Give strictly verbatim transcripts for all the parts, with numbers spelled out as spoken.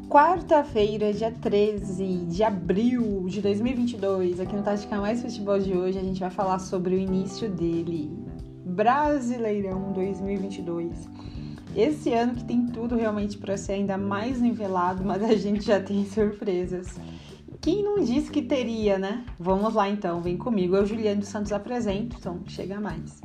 Quarta-feira, dia treze de abril de dois mil e vinte e dois, aqui no Tática Mais Futebol de hoje, a gente vai falar sobre o início dele. Brasileirão dois mil e vinte e dois. Esse ano que tem tudo realmente para ser ainda mais nivelado, mas a gente já tem surpresas. Quem não disse que teria, né? Vamos lá então, vem comigo. Eu, Juliane dos Santos, apresento, então chega mais.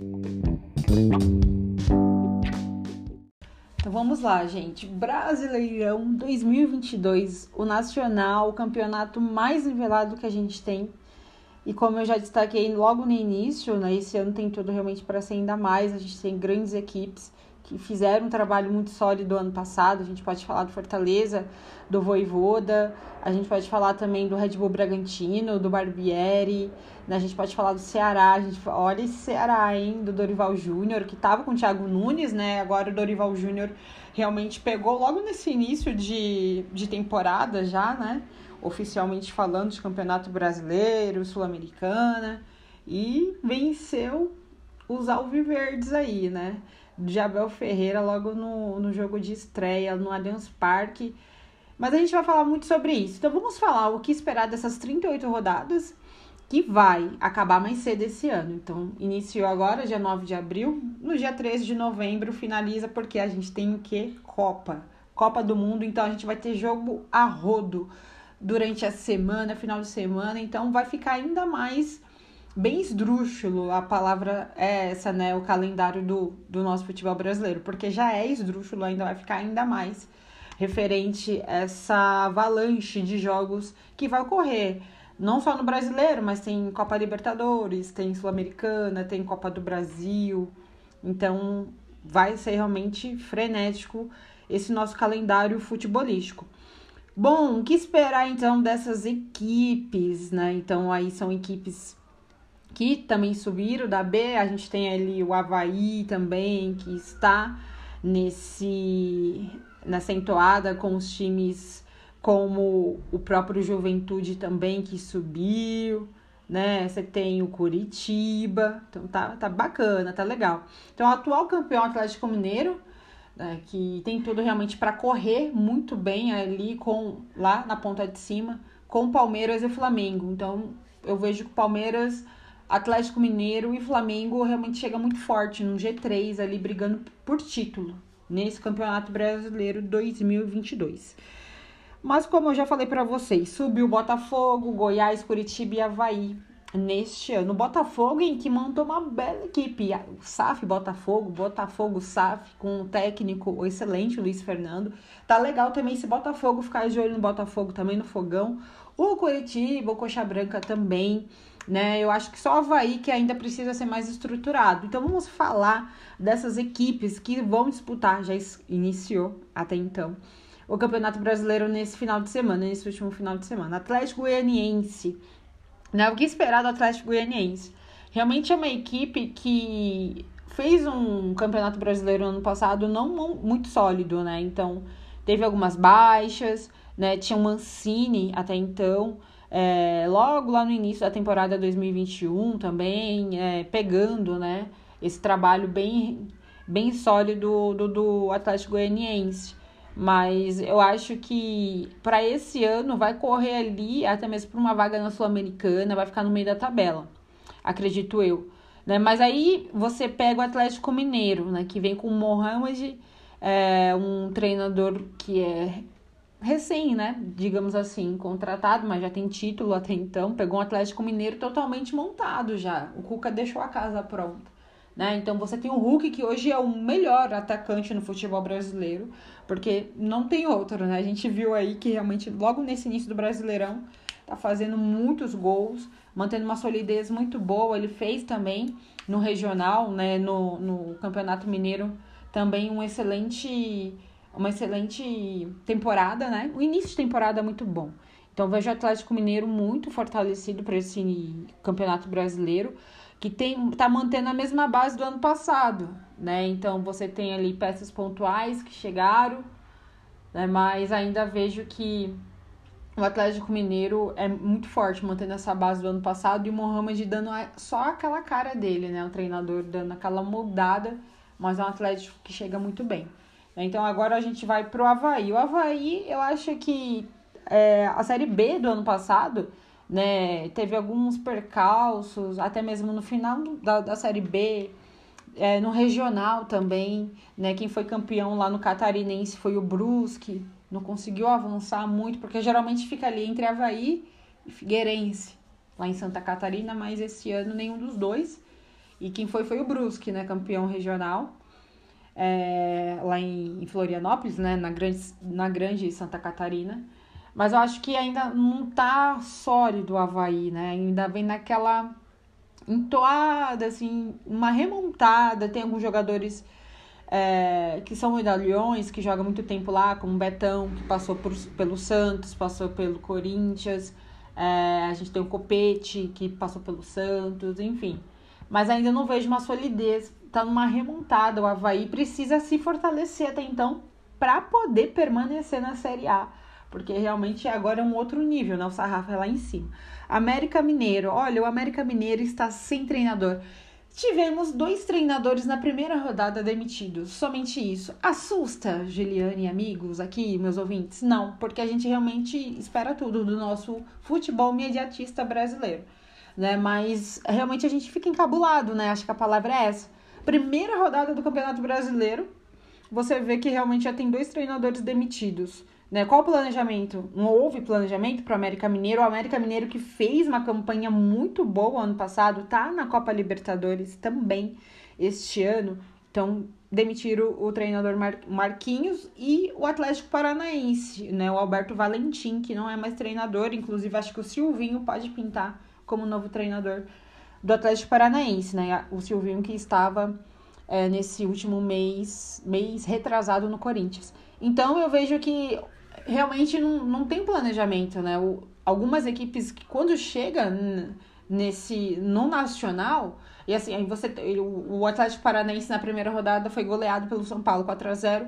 Então vamos lá, gente. Brasileirão dois mil e vinte e dois, o nacional, o campeonato mais nivelado que a gente tem. E como eu já destaquei logo no início, né, esse ano tem tudo realmente para ser ainda mais. A gente tem grandes equipes que fizeram um trabalho muito sólido ano passado. A gente pode falar do Fortaleza, do Vojvoda, a gente pode falar também do Red Bull Bragantino, do Barbieri, né? A gente pode falar do Ceará. A gente, olha esse Ceará, hein, do Dorival Júnior, que estava com o Thiago Nunes, né? Agora o Dorival Júnior realmente pegou logo nesse início de, de temporada já, né? Oficialmente falando de Campeonato Brasileiro, Sul-Americana, e venceu os alviverdes aí, né? De Abel Ferreira logo no, no jogo de estreia no Allianz Parque. Mas a gente vai falar muito sobre isso. Então vamos falar o que esperar dessas trinta e oito rodadas, que vai acabar mais cedo esse ano. Então iniciou agora, dia nove de abril, no dia treze de novembro finaliza, porque a gente tem o quê? Copa. Copa do Mundo, então a gente vai ter jogo a rodo durante a semana, final de semana, então vai ficar ainda mais bem esdrúxulo, a palavra é essa, né, o calendário do, do nosso futebol brasileiro, porque já é esdrúxulo, ainda vai ficar ainda mais referente a essa avalanche de jogos que vai ocorrer, não só no brasileiro, mas tem Copa Libertadores, tem Sul-Americana, tem Copa do Brasil, então vai ser realmente frenético esse nosso calendário futebolístico. Bom, o que esperar então dessas equipes, né? Então aí são equipes que também subiram da B, a gente tem ali o Avaí também, que está nesse, nessa entoada com os times como o próprio Juventude também, que subiu, né? Você tem o Curitiba, então tá, tá bacana, tá legal. Então o atual campeão Atlético Mineiro, né, que tem tudo realmente para correr muito bem ali com, lá na ponta de cima, com o Palmeiras e o Flamengo. Então eu vejo que o Palmeiras, Atlético Mineiro e Flamengo realmente chega muito forte no G três ali, brigando por título nesse Campeonato Brasileiro dois mil e vinte e dois. Mas como eu já falei para vocês, subiu Botafogo, Goiás, Curitiba e Avaí neste ano. O Botafogo, em que montou uma bela equipe, o S A F Botafogo, Botafogo S A F, com um técnico o excelente Luiz Fernando. Tá legal também esse Botafogo, ficar de olho no Botafogo também, no Fogão. O Curitiba, o Coxa Branca também, né? Eu acho que só o Avaí que ainda precisa ser mais estruturado. Então vamos falar dessas equipes que vão disputar, já iniciou até então, o Campeonato Brasileiro nesse final de semana, nesse último final de semana. Atlético Goianiense, né? O que esperar do Atlético Goianiense? Realmente é uma equipe que fez um Campeonato Brasileiro ano passado não muito sólido, né? Então teve algumas baixas, né? Tinha o Mancini até então, é, logo lá no início da temporada dois mil e vinte e um também, é, pegando, né, esse trabalho bem, bem sólido do, do Atlético Goianiense. Mas eu acho que para esse ano vai correr ali, até mesmo para uma vaga na Sul-Americana, vai ficar no meio da tabela, acredito eu, né? Mas aí você pega o Atlético Mineiro, né, que vem com o Mohamed, é, um treinador que é recém, né, digamos assim, contratado, mas já tem título até então, pegou um Atlético Mineiro totalmente montado já, o Cuca deixou a casa pronta, né? Então você tem o Hulk, que hoje é o melhor atacante no futebol brasileiro, porque não tem outro, né? A gente viu aí que realmente logo nesse início do Brasileirão tá fazendo muitos gols, mantendo uma solidez muito boa. Ele fez também no regional, né, no, no Campeonato Mineiro, também um excelente, uma excelente temporada, né? O início de temporada é muito bom. Então vejo o Atlético Mineiro muito fortalecido para esse Campeonato Brasileiro, que tem, tá mantendo a mesma base do ano passado, né? Então você tem ali peças pontuais que chegaram, né? Mas ainda vejo que o Atlético Mineiro é muito forte, mantendo essa base do ano passado, e o Mohamed dando só aquela cara dele, né? O treinador dando aquela mudada, mas é um Atlético que chega muito bem. Então agora a gente vai pro Avaí. O Avaí, eu acho que é, a Série B do ano passado, né, teve alguns percalços, até mesmo no final da, da Série B, é, no regional também, né, quem foi campeão lá no Catarinense foi o Brusque, não conseguiu avançar muito, porque geralmente fica ali entre Avaí e Figueirense, lá em Santa Catarina, mas esse ano nenhum dos dois. E quem foi foi o Brusque, né, campeão regional, é, lá em, em Florianópolis, né, na grande, na grande Santa Catarina. Mas eu acho que ainda não tá sólido o Avaí, né, ainda vem naquela entoada, assim, uma remontada. Tem alguns jogadores é, que são medalhões, que jogam muito tempo lá, como o Betão, que passou por, pelo Santos, passou pelo Corinthians. É, a gente tem o Copete, que passou pelo Santos, enfim. Mas ainda não vejo uma solidez, tá numa remontada. O Avaí precisa se fortalecer até então para poder permanecer na Série A, porque realmente agora é um outro nível, né? O sarrafo é lá em cima. América Mineiro, olha, o América Mineiro está sem treinador. Tivemos dois treinadores na primeira rodada demitidos, somente isso. Assusta, Juliane e amigos aqui, meus ouvintes? Não, porque a gente realmente espera tudo do nosso futebol mediatista brasileiro, né? Mas realmente a gente fica encabulado, né? Acho que a palavra é essa. Primeira rodada do Campeonato Brasileiro, você vê que realmente já tem dois treinadores demitidos, né? Qual o planejamento? Não houve planejamento para o América Mineiro. O América Mineiro, que fez uma campanha muito boa ano passado, tá na Copa Libertadores também este ano. Então, demitiram o treinador Mar- Marquinhos e o Atlético Paranaense, né? O Alberto Valentim, que não é mais treinador. Inclusive, acho que o Silvinho pode pintar como novo treinador do Atlético Paranaense, né? O Silvinho que estava é, nesse último mês, mês retrasado no Corinthians. Então, eu vejo que realmente não, não tem planejamento, né? O, algumas equipes que quando chega n- nesse, no nacional, e assim, aí você, o, o Atlético Paranaense na primeira rodada foi goleado pelo São Paulo quatro a zero.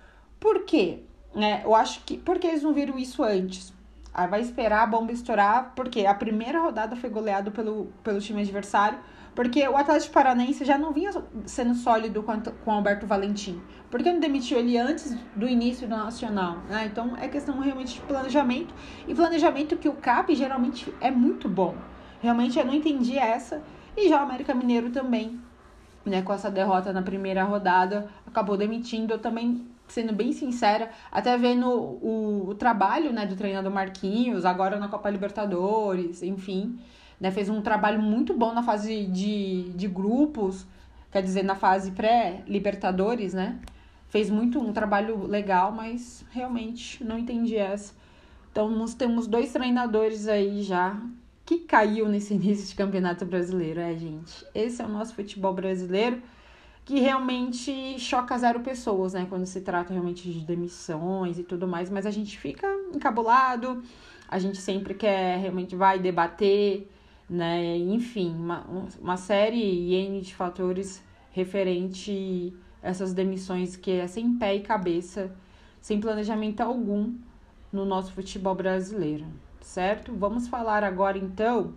Por quê? Né? Eu acho que, porque eles não viram isso antes. Aí vai esperar a bomba estourar, porque a primeira rodada foi goleado pelo, pelo time adversário, porque o Atlético Paranaense já não vinha sendo sólido com, com o Alberto Valentim. Por que não demitiu ele antes do início do Nacional? Né? Então é questão realmente de planejamento, e planejamento que o C A P geralmente é muito bom. Realmente eu não entendi essa, e já o América Mineiro também, né, com essa derrota na primeira rodada, acabou demitindo. Eu também, sendo bem sincera, até vendo o, o trabalho, né, do treinador Marquinhos, agora na Copa Libertadores, enfim, né, fez um trabalho muito bom na fase de, de grupos, quer dizer, na fase pré-Libertadores, né, fez muito um trabalho legal, mas realmente não entendi essa. Então, nós temos dois treinadores aí já que caiu nesse início de campeonato brasileiro, é, gente. Esse é o nosso futebol brasileiro, que realmente choca zero pessoas, né? Quando se trata realmente de demissões e tudo mais, mas a gente fica encabulado, a gente sempre quer, realmente vai debater, né? Enfim, uma, uma série e N de fatores referente a essas demissões que é sem pé e cabeça, sem planejamento algum no nosso futebol brasileiro, certo? Vamos falar agora, então,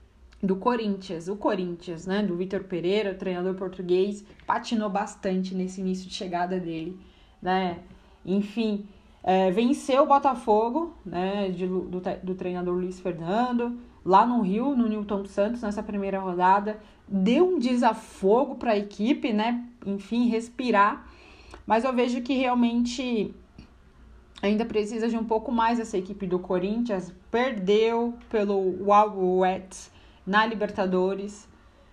do Corinthians. O Corinthians, né, do Vitor Pereira, treinador português, patinou bastante nesse início de chegada dele, né? Enfim, é, venceu o Botafogo, né, de, do, do treinador Luiz Fernando, lá no Rio, no Newton Santos, nessa primeira rodada. Deu um desafogo para a equipe, né? Enfim, respirar. Mas eu vejo que realmente ainda precisa de um pouco mais essa equipe do Corinthians. Perdeu pelo Alouettes na Libertadores.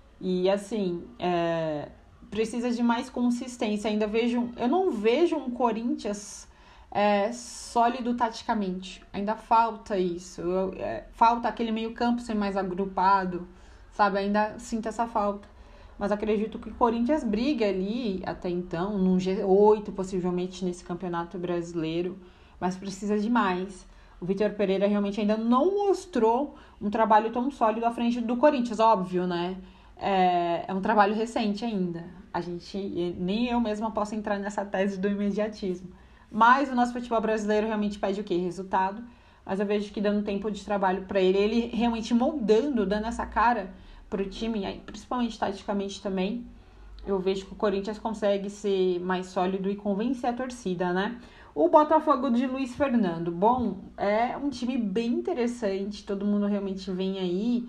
E assim, é, precisa de mais consistência. Ainda vejo, eu não vejo um Corinthians é, sólido taticamente. Ainda falta isso. Eu, é, falta aquele meio campo ser mais agrupado, sabe? Ainda sinto essa falta. Mas acredito que o Corinthians briga ali, até então, num G oito, possivelmente, nesse campeonato brasileiro. Mas precisa de mais. O Vitor Pereira realmente ainda não mostrou um trabalho tão sólido à frente do Corinthians, óbvio, né? É, é um trabalho recente ainda. A gente, nem eu mesma posso entrar nessa tese do imediatismo. Mas o nosso futebol brasileiro realmente pede o quê? Resultado. Mas eu vejo que dando tempo de trabalho para ele, ele realmente moldando, dando essa cara pro time, principalmente taticamente também, eu vejo que o Corinthians consegue ser mais sólido e convencer a torcida, né? O Botafogo de Luiz Fernando, bom, é um time bem interessante, todo mundo realmente vem aí,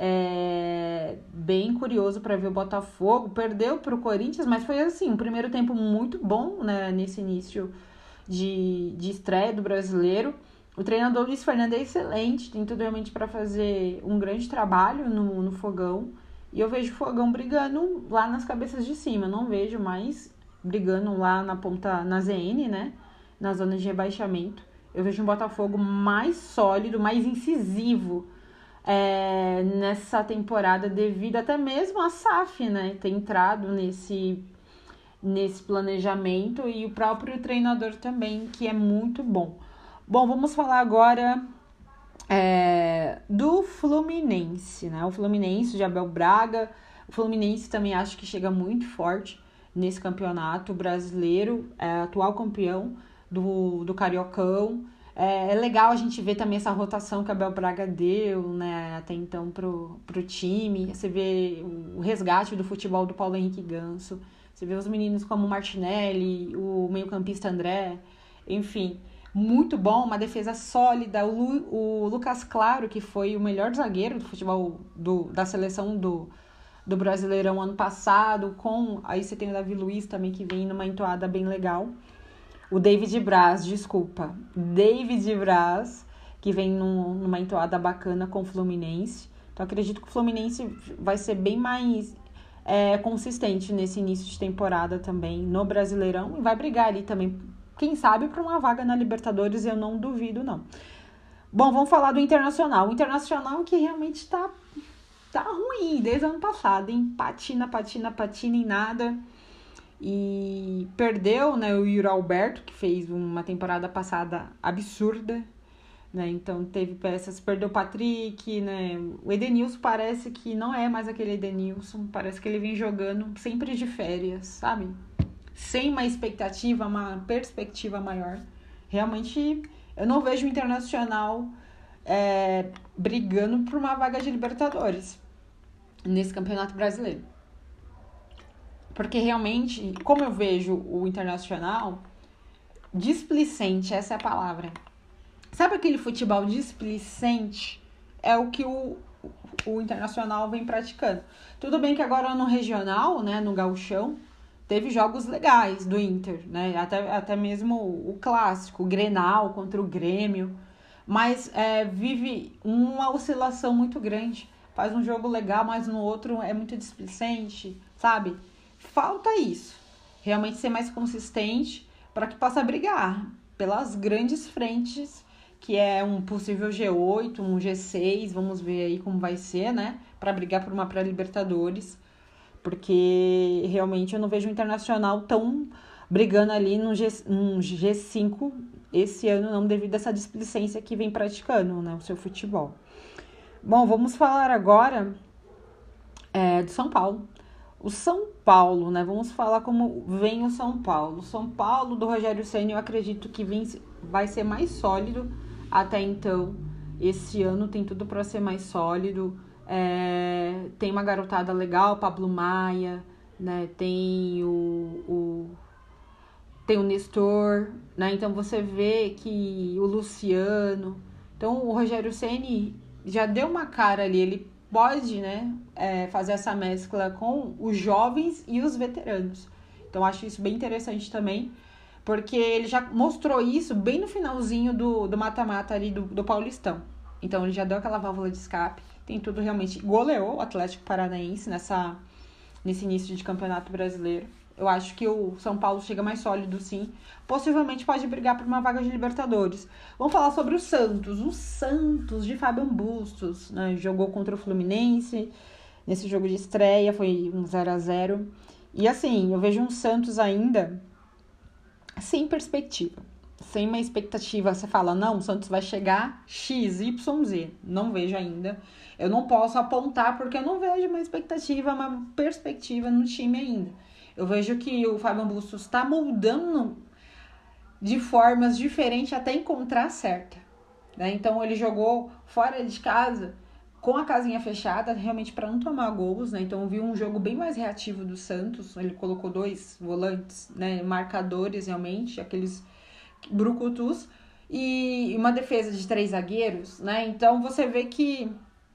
é bem curioso para ver o Botafogo. Perdeu para o Corinthians, mas foi assim, um primeiro tempo muito bom, né, nesse início de, de estreia do brasileiro. O treinador Luiz Fernando é excelente, tem tudo realmente para fazer um grande trabalho no, no Fogão. E eu vejo o Fogão brigando lá nas cabeças de cima, não vejo mais brigando lá na ponta, na Z N, né? Na zona de rebaixamento. Eu vejo um Botafogo mais sólido, mais incisivo é, nessa temporada, devido até mesmo a S A F, né? Ter entrado nesse, nesse planejamento e o próprio treinador também, que é muito bom. Bom, vamos falar agora é, do Fluminense, né? O Fluminense de Abel Braga. O Fluminense também acho que chega muito forte nesse campeonato brasileiro, é atual campeão do, do Cariocão. É, é legal a gente ver também essa rotação que a Abel Braga deu, né, até então pro, pro time. Você vê o resgate do futebol do Paulo Henrique Ganso. Você vê os meninos como o Martinelli, o meio-campista André, enfim, muito bom, uma defesa sólida. O, Lu, o Lucas Claro, que foi o melhor zagueiro do futebol do, da seleção do, do Brasileirão ano passado, com aí você tem o Davi Luiz também, que vem numa entoada bem legal. O David Braz, desculpa, David Braz, que vem num, numa entoada bacana com o Fluminense. Então acredito que o Fluminense vai ser bem mais é, consistente nesse início de temporada também no Brasileirão, e vai brigar ali também, quem sabe, para uma vaga na Libertadores, eu não duvido, não. Bom, vamos falar do Internacional. O Internacional que realmente tá, tá ruim desde o ano passado, hein? Patina, patina, patina em nada. E perdeu, né, o Yuri Alberto, que fez uma temporada passada absurda, né? Então teve peças, perdeu o Patrick, né? O Edenilson parece que não é mais aquele Edenilson, parece que ele vem jogando sempre de férias, sabe? Sem uma expectativa, uma perspectiva maior. Realmente, eu não vejo o Internacional é, brigando por uma vaga de Libertadores nesse Campeonato Brasileiro. Porque realmente, como eu vejo o Internacional, displicente, essa é a palavra. Sabe aquele futebol displicente? É o que o, o Internacional vem praticando. Tudo bem que agora no regional, né, no gauchão, teve jogos legais do Inter, né? Até, até mesmo o clássico, o Grenal contra o Grêmio. Mas é, vive uma oscilação muito grande. Faz um jogo legal, mas no outro é muito displicente, sabe? Falta isso. Realmente ser mais consistente para que possa brigar pelas grandes frentes, que é um possível G oito, um G seis, vamos ver aí como vai ser, né? Para brigar por uma pré-Libertadores. Porque realmente eu não vejo o Internacional tão brigando ali no G, no G cinco esse ano, não, devido a essa displicência que vem praticando, né, o seu futebol. Bom, vamos falar agora é, do São Paulo. O São Paulo, né, vamos falar como vem o São Paulo. O São Paulo do Rogério Ceni, eu acredito que vem, vai ser mais sólido até então. Esse ano tem tudo para ser mais sólido. É, tem uma garotada legal, Pablo Maia, né? Tem o, o tem o Nestor, né? Então você vê que o Luciano, então o Rogério Ceni já deu uma cara ali, ele pode, né, é, fazer essa mescla com os jovens e os veteranos. Então acho isso bem interessante também, porque ele já mostrou isso bem no finalzinho do, do mata-mata ali do, do Paulistão. Então ele já deu aquela válvula de escape. Tem tudo realmente. Goleou o Atlético Paranaense nessa, nesse início de campeonato brasileiro. Eu acho que o São Paulo chega mais sólido, sim. Possivelmente pode brigar por uma vaga de Libertadores. Vamos falar sobre o Santos. O Santos de Fábio Bustos, né? Jogou contra o Fluminense. Nesse jogo de estreia foi um zero a zero. E assim, eu vejo um Santos ainda sem perspectiva. Sem uma expectativa, você fala, não, o Santos vai chegar X, Y, Z. Não vejo ainda. Eu não posso apontar porque eu não vejo uma expectativa, uma perspectiva no time ainda. Eu vejo que o Fábio Bustos está moldando de formas diferentes até encontrar a certa, né? Então ele jogou fora de casa com a casinha fechada, realmente para não tomar gols, né? Então eu vi um jogo bem mais reativo do Santos. Ele colocou dois volantes, né? Marcadores realmente, aqueles brucutus, e uma defesa de três zagueiros, né? Então você vê que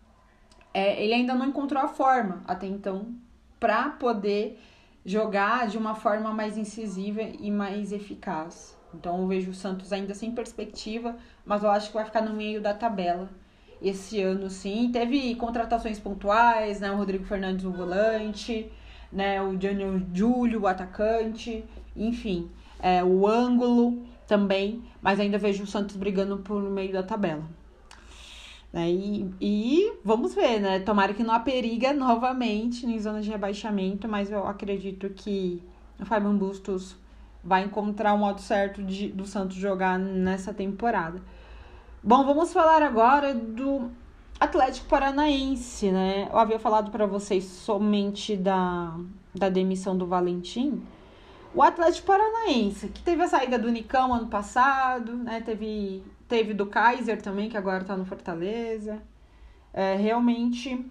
é, ele ainda não encontrou a forma até então para poder jogar de uma forma mais incisiva e mais eficaz. Então eu vejo o Santos ainda sem perspectiva, mas eu acho que vai ficar no meio da tabela esse ano, sim. Teve contratações pontuais, né? O Rodrigo Fernandes, o volante, né? O Júnior Júlio, o atacante, enfim, é, o ângulo também, mas ainda vejo o Santos brigando por meio da tabela. Né? E, e vamos ver, né? Tomara que não aperiga novamente em zona de rebaixamento, mas eu acredito que o Fábio Bustos vai encontrar o modo certo de, do Santos jogar nessa temporada. Bom, vamos falar agora do Atlético Paranaense, né? Eu havia falado para vocês somente da, da demissão do Valentim. O Atlético Paranaense, que teve a saída do Nicão ano passado, né? Teve, teve do Kaiser também, que agora está no Fortaleza. É, realmente,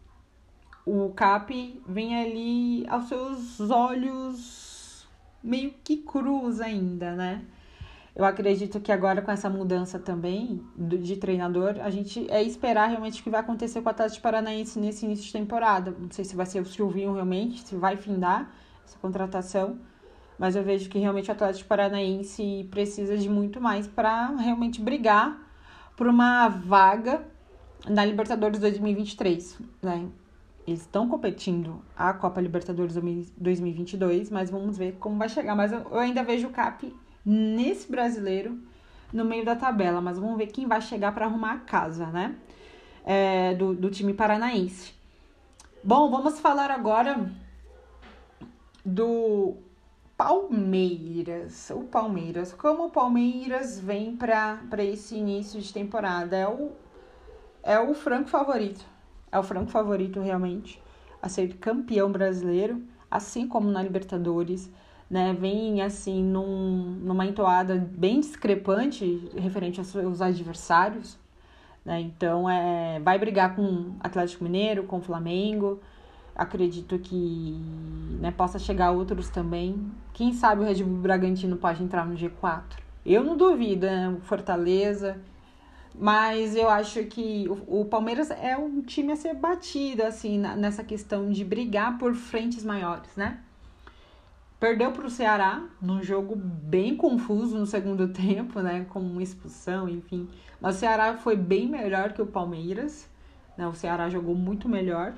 o Cap vem ali aos seus olhos meio que cruz ainda, né? Eu acredito que agora com essa mudança também de treinador, a gente é esperar realmente o que vai acontecer com o Atlético Paranaense nesse início de temporada. Não sei se vai ser o Silvinho realmente, se vai findar essa contratação, mas eu vejo que realmente o Atlético Paranaense precisa de muito mais para realmente brigar por uma vaga na Libertadores dois mil e vinte e três, né? Eles estão competindo a Copa Libertadores dois mil e vinte e dois, mas vamos ver como vai chegar. Mas eu ainda vejo o Cap nesse brasileiro no meio da tabela, mas vamos ver quem vai chegar para arrumar a casa, né? É, do, do time paranaense. Bom, vamos falar agora do Palmeiras. O Palmeiras, como o Palmeiras vem para esse início de temporada? É o, é o franco favorito. É o franco favorito realmente a ser campeão brasileiro, assim como na Libertadores. Né, vem assim num, numa entoada bem discrepante referente aos seus adversários, né? Então é, vai brigar com Atlético Mineiro, com Flamengo, acredito que, né, possa chegar outros também, quem sabe o Red Bull Bragantino pode entrar no G quatro, eu não duvido, né? O Fortaleza, mas eu acho que o, o Palmeiras é um time a ser batido assim, na, nessa questão de brigar por frentes maiores, né? Perdeu para o Ceará, num jogo bem confuso no segundo tempo, né? Com uma expulsão, enfim. Mas o Ceará foi bem melhor que o Palmeiras, né? O Ceará jogou muito melhor.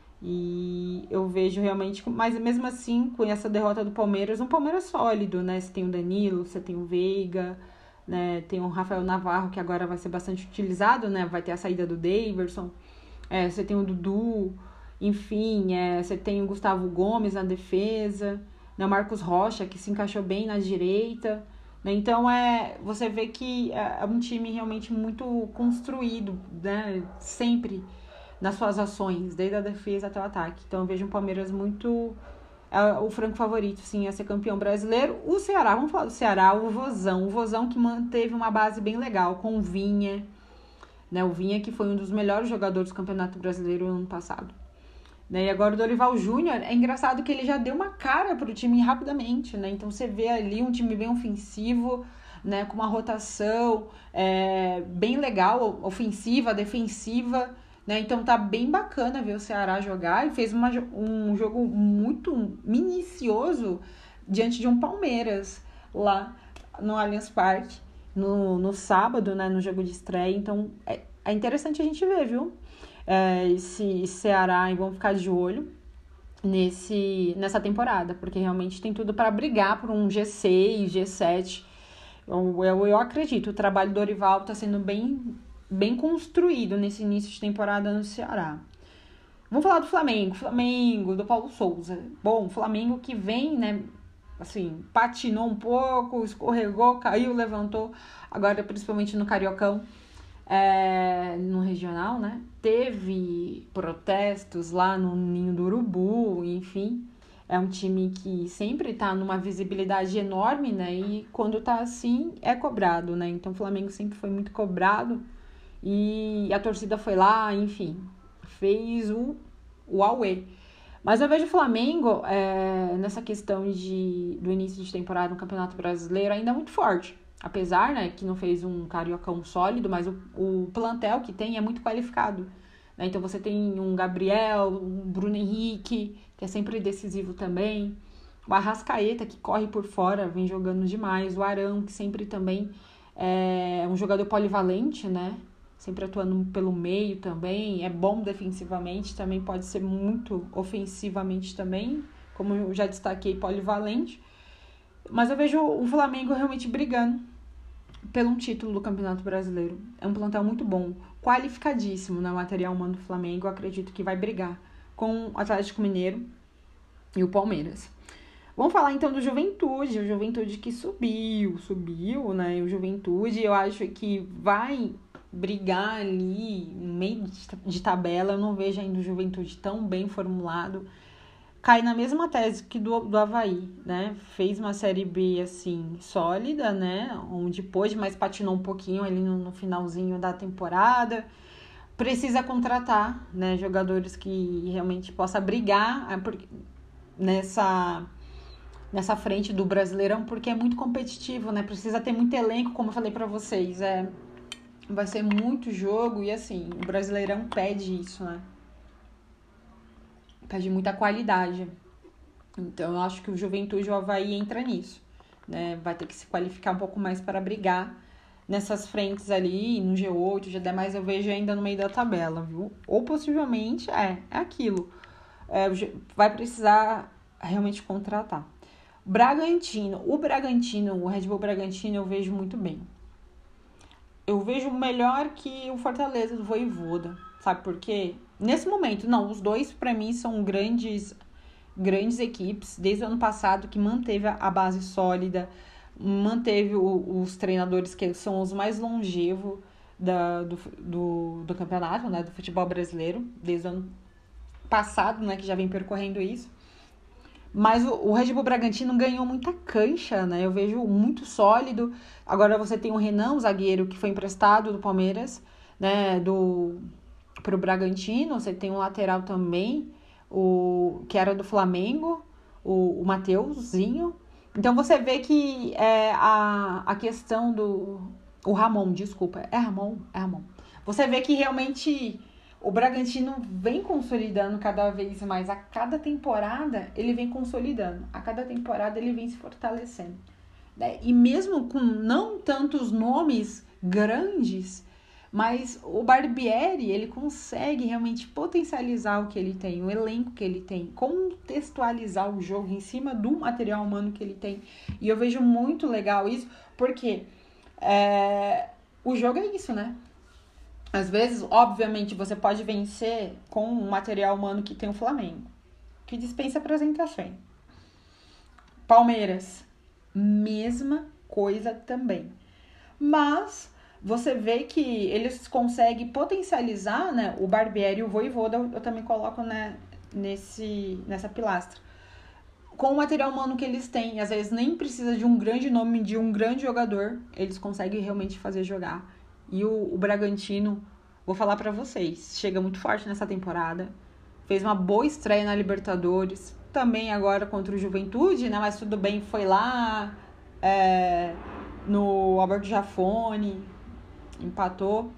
E eu vejo realmente... Mas mesmo assim, com essa derrota do Palmeiras, um Palmeiras sólido, né? Você tem o Danilo, você tem o Veiga, né? Tem o Rafael Navarro, que agora vai ser bastante utilizado, né? Vai ter a saída do Daverson. É, você tem o Dudu, enfim, é, você tem o Gustavo Gomes na defesa... O Marcos Rocha, que se encaixou bem na direita, né? Então é, você vê que é um time realmente muito construído, né? Sempre nas suas ações, desde a defesa até o ataque. Então eu vejo um Palmeiras muito é, o franco favorito, sim, a ser campeão brasileiro. O Ceará, vamos falar do Ceará, o Vozão, o Vozão que manteve uma base bem legal com o Vinha, né? O Vinha que foi um dos melhores jogadores do Campeonato Brasileiro no ano passado. E agora o Dorival Júnior, é engraçado que ele já deu uma cara para o time rapidamente, né? Então você vê ali um time bem ofensivo, né? Com uma rotação é, bem legal, ofensiva, defensiva, né? Então tá bem bacana ver o Ceará jogar e fez uma, um jogo muito minucioso diante de um Palmeiras lá no Allianz Parque, no, no sábado, né? No jogo de estreia. Então é, é interessante a gente ver, viu? É, esse Ceará, e vão ficar de olho nesse, nessa temporada, porque realmente tem tudo para brigar por um G seis, G sete. Eu, eu, eu acredito, o trabalho do Dorival está sendo bem, bem construído nesse início de temporada no Ceará. Vamos falar do Flamengo, Flamengo, do Paulo Souza. Bom, o Flamengo que vem, né, assim, patinou um pouco, escorregou, caiu, levantou, agora principalmente no Cariocão. É, no regional, né? Teve protestos lá no Ninho do Urubu, enfim. É um time que sempre tá numa visibilidade enorme, né? E quando tá assim, é cobrado, né? Então o Flamengo sempre foi muito cobrado e a torcida foi lá, enfim. fez o, o auê. Mas eu vejo o Flamengo, é, nessa questão de, do início de temporada no Campeonato Brasileiro, ainda muito forte. Apesar, né, que não fez um cariocão sólido, mas o, o plantel que tem é muito qualificado. Né? Então você tem um Gabriel, um Bruno Henrique, que é sempre decisivo também. O Arrascaeta, que corre por fora, vem jogando demais. O Arão, que sempre também é um jogador polivalente, né? Sempre atuando pelo meio também. É bom defensivamente, também pode ser muito ofensivamente também, como eu já destaquei, polivalente. Mas eu vejo o Flamengo realmente brigando pelo um título do Campeonato Brasileiro. É um plantel muito bom, qualificadíssimo no material humano do Flamengo. Eu acredito que vai brigar com o Atlético Mineiro e o Palmeiras. Vamos falar então do Juventude, o Juventude que subiu, subiu, né? O Juventude, eu acho que vai brigar ali no meio de tabela. Eu não vejo ainda o Juventude tão bem formulado. Cai na mesma tese que do, do Avaí, né? Fez uma Série B, assim, sólida, né? Onde pôde, mas patinou um pouquinho ali no, no finalzinho da temporada. Precisa contratar, né? Jogadores que realmente possam brigar nessa, nessa frente do Brasileirão, porque é muito competitivo, né? Precisa ter muito elenco, como eu falei pra vocês. É, vai ser muito jogo e, assim, o Brasileirão pede isso, né? Pede muita qualidade. Então, eu acho que o Juventude e o Avaí entra nisso, né? Vai ter que se qualificar um pouco mais para brigar nessas frentes ali, no G oito, G dez, mas eu vejo ainda no meio da tabela, viu? Ou possivelmente, é, é aquilo. É, vai precisar realmente contratar. Bragantino. O Bragantino, o Red Bull Bragantino, eu vejo muito bem. Eu vejo melhor que o Fortaleza do Vojvoda. Sabe por quê? Nesse momento, não, os dois para mim são grandes, grandes equipes, desde o ano passado, que manteve a base sólida, manteve o, os treinadores que são os mais longevos da, do, do, do campeonato, né, do futebol brasileiro, desde o ano passado, né, que já vem percorrendo isso. Mas o, o Red Bull Bragantino ganhou muita cancha, né, eu vejo muito sólido. Agora você tem o Renan, o zagueiro, que foi emprestado do Palmeiras, né, do... para o Bragantino. Você tem um lateral também, o, que era do Flamengo, o, o Mateuzinho. Então você vê que é, a, a questão do... O Ramon, desculpa. É Ramon? É Ramon. Você vê que realmente o Bragantino vem consolidando cada vez mais. A cada temporada ele vem consolidando. A cada temporada ele vem se fortalecendo. Né? E mesmo com não tantos nomes grandes, mas o Barbieri, ele consegue realmente potencializar o que ele tem, o elenco que ele tem, contextualizar o jogo em cima do material humano que ele tem. E eu vejo muito legal isso, porque é, o jogo é isso, né? Às vezes, obviamente, você pode vencer com o material humano que tem o Flamengo, que dispensa apresentações. Palmeiras, mesma coisa também. Mas você vê que eles conseguem potencializar, né, o Barbieri e o Vojvoda, eu também coloco, né, nesse, nessa pilastra. Com o material humano que eles têm, às vezes nem precisa de um grande nome, de um grande jogador, eles conseguem realmente fazer jogar. E o, o Bragantino, vou falar pra vocês, chega muito forte nessa temporada, fez uma boa estreia na Libertadores, também agora contra o Juventude, né, mas tudo bem, foi lá é, no Alberto Jafone, empatou.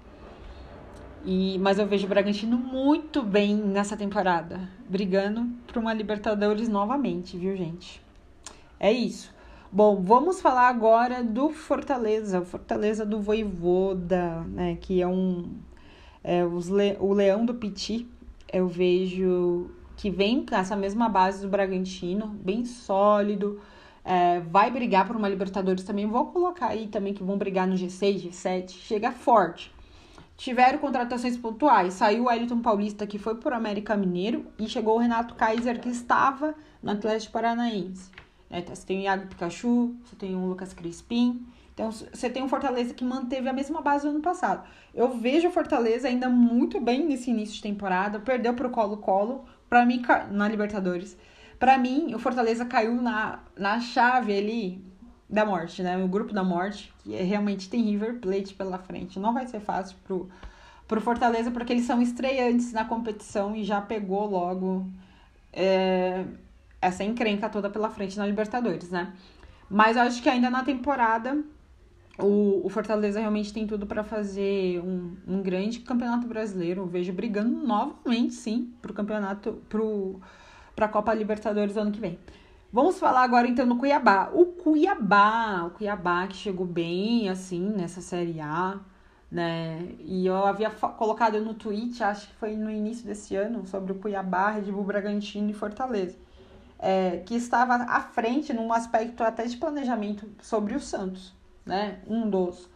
E, mas eu vejo o Bragantino muito bem nessa temporada, brigando por uma Libertadores novamente, viu, gente? É isso. Bom, vamos falar agora do Fortaleza, o Fortaleza do Vojvoda, né, que é um é, os le, o Leão do Piti. Eu vejo que vem com essa mesma base do Bragantino, bem sólido, é, vai brigar por uma Libertadores também. Vou colocar aí também que vão brigar no G seis, G sete, chega forte. Tiveram contratações pontuais, saiu o Wellington Paulista, que foi por América Mineiro, e chegou o Renato Kaiser, que estava no Atlético Paranaense. É, você tem o Iago Pikachu, você tem o Lucas Crispim, então você tem um Fortaleza que manteve a mesma base do ano passado. Eu vejo o Fortaleza ainda muito bem nesse início de temporada, perdeu para o Colo-Colo, para mim, na Libertadores. Para mim, o Fortaleza caiu na, na chave ali da morte, né? O grupo da morte, que é realmente tem River Plate pela frente. Não vai ser fácil pro, pro Fortaleza, porque eles são estreantes na competição e já pegou logo é, essa encrenca toda pela frente na Libertadores, né? Mas eu acho que ainda na temporada o, o Fortaleza realmente tem tudo para fazer um, um grande campeonato brasileiro. Eu vejo brigando novamente, sim, pro campeonato, pro, pra Copa Libertadores ano que vem. Vamos falar agora então do Cuiabá. O Cuiabá, o Cuiabá que chegou bem, assim, nessa Série A, né? E eu havia colocado no tweet, acho que foi no início desse ano, sobre o Cuiabá, Red Bull Bragantino e Fortaleza. É, que estava à frente num aspecto até de planejamento sobre o Santos, né? Um dos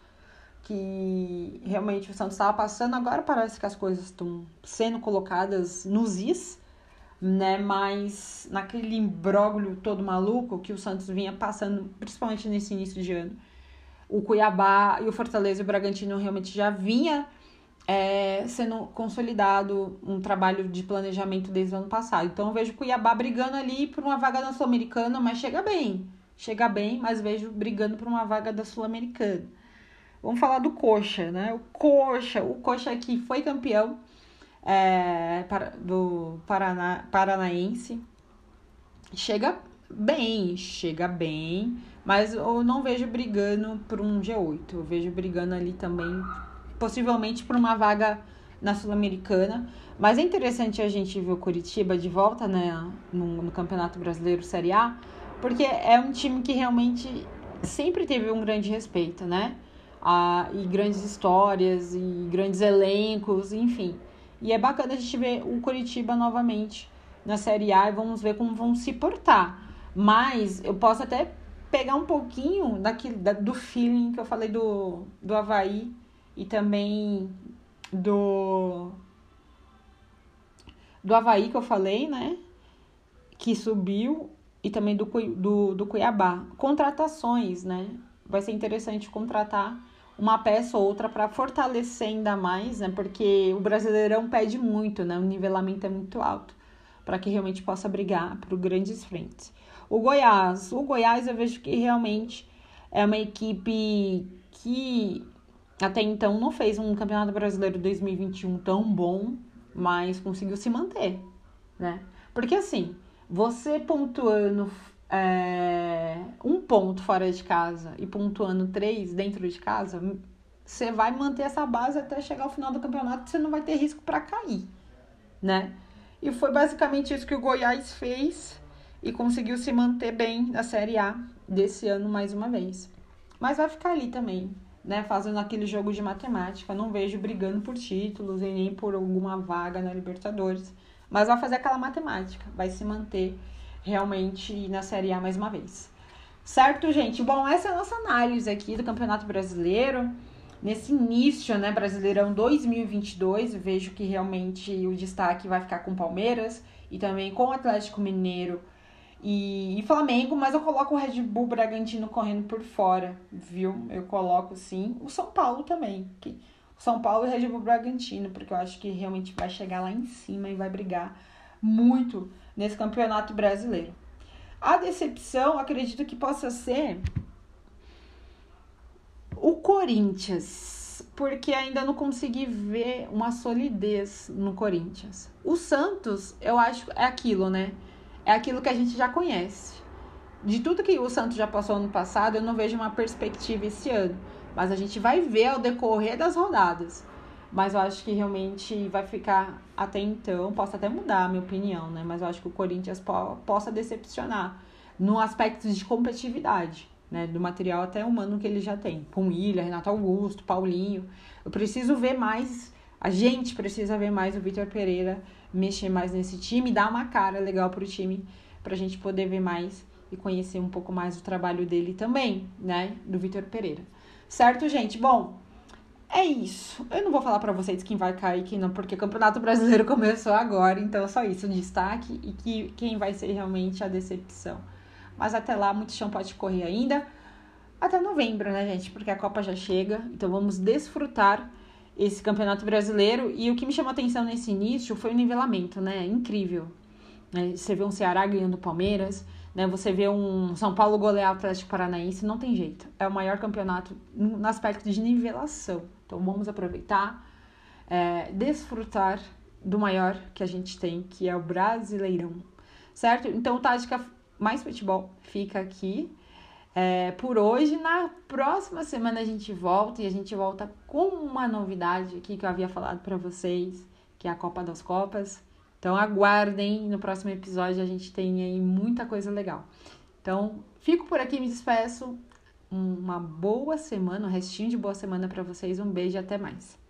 que realmente o Santos estava passando, agora parece que as coisas estão sendo colocadas nos is, né? Mas naquele imbróglio todo maluco que o Santos vinha passando, principalmente nesse início de ano, o Cuiabá e o Fortaleza e o Bragantino realmente já vinha é, sendo consolidado um trabalho de planejamento desde o ano passado. Então eu vejo o Cuiabá brigando ali por uma vaga na Sul-Americana, mas chega bem. Chega bem, mas vejo brigando por uma vaga da Sul-Americana. Vamos falar do Coxa, né? O Coxa, o Coxa que foi campeão é, do Paraná, Paranaense. Chega bem, chega bem, mas eu não vejo brigando por um G oito. Eu vejo brigando ali também, possivelmente por uma vaga na Sul-Americana. Mas é interessante a gente ver o Coritiba de volta, né, no, no Campeonato Brasileiro Série A, porque é um time que realmente sempre teve um grande respeito, né? Ah, e grandes histórias, e grandes elencos, enfim. E é bacana a gente ver o Coritiba novamente na Série A e vamos ver como vão se portar. Mas eu posso até pegar um pouquinho daquele, da, do feeling que eu falei do, do Avaí e também do, do Avaí que eu falei, né? Que subiu, e também do, do, do Cuiabá. Contratações, né? Vai ser interessante contratar uma peça ou outra para fortalecer ainda mais, né? Porque o Brasileirão pede muito, né? O nivelamento é muito alto para que realmente possa brigar por grandes frentes. O Goiás, o Goiás eu vejo que realmente é uma equipe que até então não fez um Campeonato Brasileiro dois mil e vinte e um tão bom, mas conseguiu se manter, né? Porque assim, você pontuando é, um ponto fora de casa e pontuando três dentro de casa, você vai manter essa base até chegar ao final do campeonato, você não vai ter risco para cair, né? E foi basicamente isso que o Goiás fez e conseguiu se manter bem na Série A desse ano mais uma vez. Mas vai ficar ali também, né? Fazendo aquele jogo de matemática. Não vejo brigando por títulos e nem por alguma vaga na Libertadores. Mas vai fazer aquela matemática. Vai se manter realmente na Série A mais uma vez. Certo, gente? Bom, essa é a nossa análise aqui do Campeonato Brasileiro. Nesse início, né, Brasileirão dois mil e vinte e dois, eu vejo que realmente o destaque vai ficar com o Palmeiras e também com o Atlético Mineiro e, e Flamengo, mas eu coloco o Red Bull Bragantino correndo por fora, viu? Eu coloco, sim, o São Paulo também, que, o São Paulo e o Red Bull Bragantino, porque eu acho que realmente vai chegar lá em cima e vai brigar muito nesse Campeonato Brasileiro. A decepção, acredito que possa ser o Corinthians, porque ainda não consegui ver uma solidez no Corinthians. O Santos, eu acho, é aquilo, né? É aquilo que a gente já conhece. De tudo que o Santos já passou ano passado, eu não vejo uma perspectiva esse ano. Mas a gente vai ver ao decorrer das rodadas. Mas eu acho que realmente vai ficar até então, posso até mudar a minha opinião, né? Mas eu acho que o Corinthians po- possa decepcionar no aspecto de competitividade, né, do material até humano que ele já tem, com Ilha, Renato Augusto, Paulinho. Eu preciso ver mais, a gente precisa ver mais o Vitor Pereira mexer mais nesse time, dar uma cara legal pro time, pra gente poder ver mais e conhecer um pouco mais o trabalho dele também, né, do Vitor Pereira. Certo, gente? Bom, é isso. Eu não vou falar pra vocês quem vai cair e quem não, porque o Campeonato Brasileiro começou agora, então é só isso, o destaque e que, quem vai ser realmente a decepção. Mas até lá, muito chão pode correr ainda. Até novembro, né, gente? Porque a Copa já chega. Então vamos desfrutar esse Campeonato Brasileiro. E o que me chamou a atenção nesse início foi o nivelamento, né? Incrível. Você vê um Ceará ganhando o Palmeiras, né? Você vê um São Paulo golear o Atlético Paranaense. Não tem jeito. É o maior campeonato no aspecto de nivelação. Então vamos aproveitar. é, desfrutar do maior que a gente tem, que é o Brasileirão, certo? Então, o Tática Mais Futebol fica aqui é, por hoje. Na próxima semana a gente volta, e a gente volta com uma novidade aqui que eu havia falado para vocês, que é a Copa das Copas. Então, aguardem, no próximo episódio a gente tem aí muita coisa legal. Então, fico por aqui, me despeço. Uma boa semana, um restinho de boa semana para vocês. Um beijo e até mais.